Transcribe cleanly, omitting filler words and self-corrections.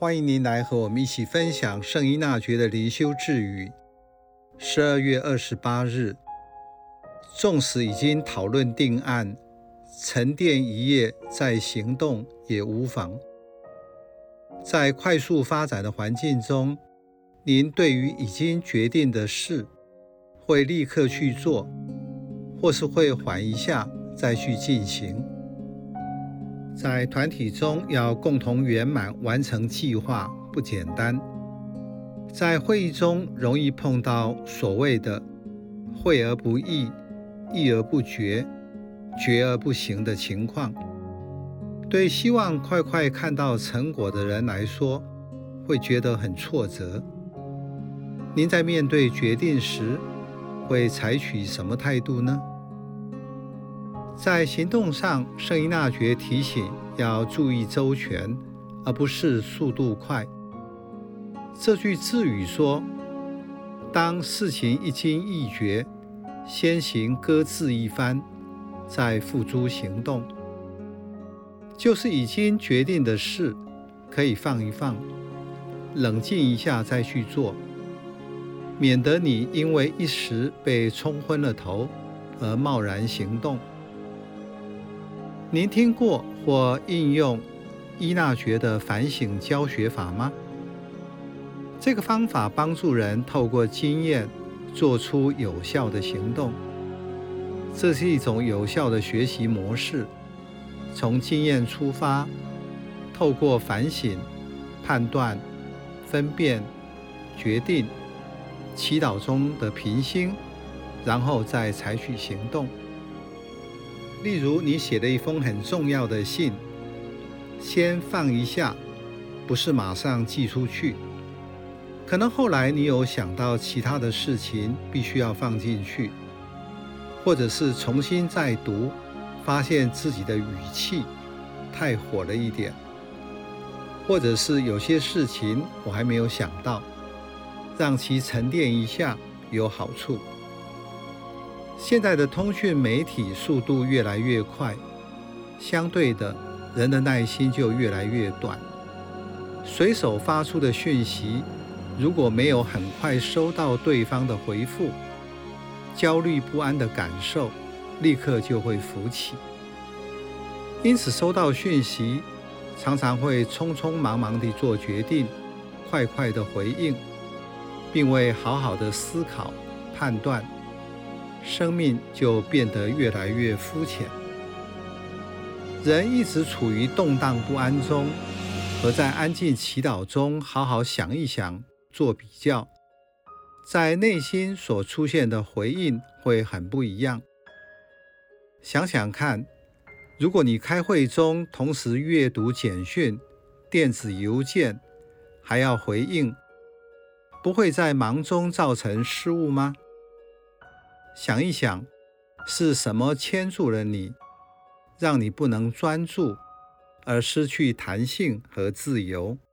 欢迎您来和我们一起分享圣依纳爵的灵修智语。12月28日，纵使已经讨论定案，沉淀一夜再行动也无妨。在快速发展的环境中，您对于已经决定的事，会立刻去做，或是会缓一下再去进行。在团体中要共同圆满完成计划不简单，在会议中容易碰到所谓的会而不议，议而不决，决而不行的情况。对希望快快看到成果的人来说，会觉得很挫折。您在面对决定时，会采取什么态度呢？在行动上，圣依纳爵提醒要注意周全，而不是速度快。这句智语说，当事情一经议决，先行搁置一番，再付诸行动。就是已经决定的事，可以放一放，冷静一下再去做，免得你因为一时被冲昏了头而贸然行动。您听过或应用依纳爵的反省教学法吗？这个方法帮助人透过经验做出有效的行动。这是一种有效的学习模式，从经验出发，透过反省、判断、分辨、决定、祈祷中的平心，然后再采取行动。例如，你写了一封很重要的信，先放一下，不是马上寄出去。可能后来你有想到其他的事情必须要放进去，或者是重新再读，发现自己的语气太火了一点，或者是有些事情我还没有想到，让其沉淀一下有好处。现在的通讯媒体速度越来越快，相对的，人的耐心就越来越短。随手发出的讯息，如果没有很快收到对方的回复，焦虑不安的感受立刻就会浮起。因此，收到讯息常常会匆匆忙忙地做决定，快快地回应，并未好好的思考、判断，生命就变得越来越肤浅。人一直处于动荡不安中，和在安静祈祷中好好想一想做比较，在内心所出现的回应会很不一样。想想看，如果你开会中同时阅读简讯、电子邮件，还要回应，不会在忙中造成失误吗？想一想，是什么牵住了你，让你不能专注，而失去弹性和自由？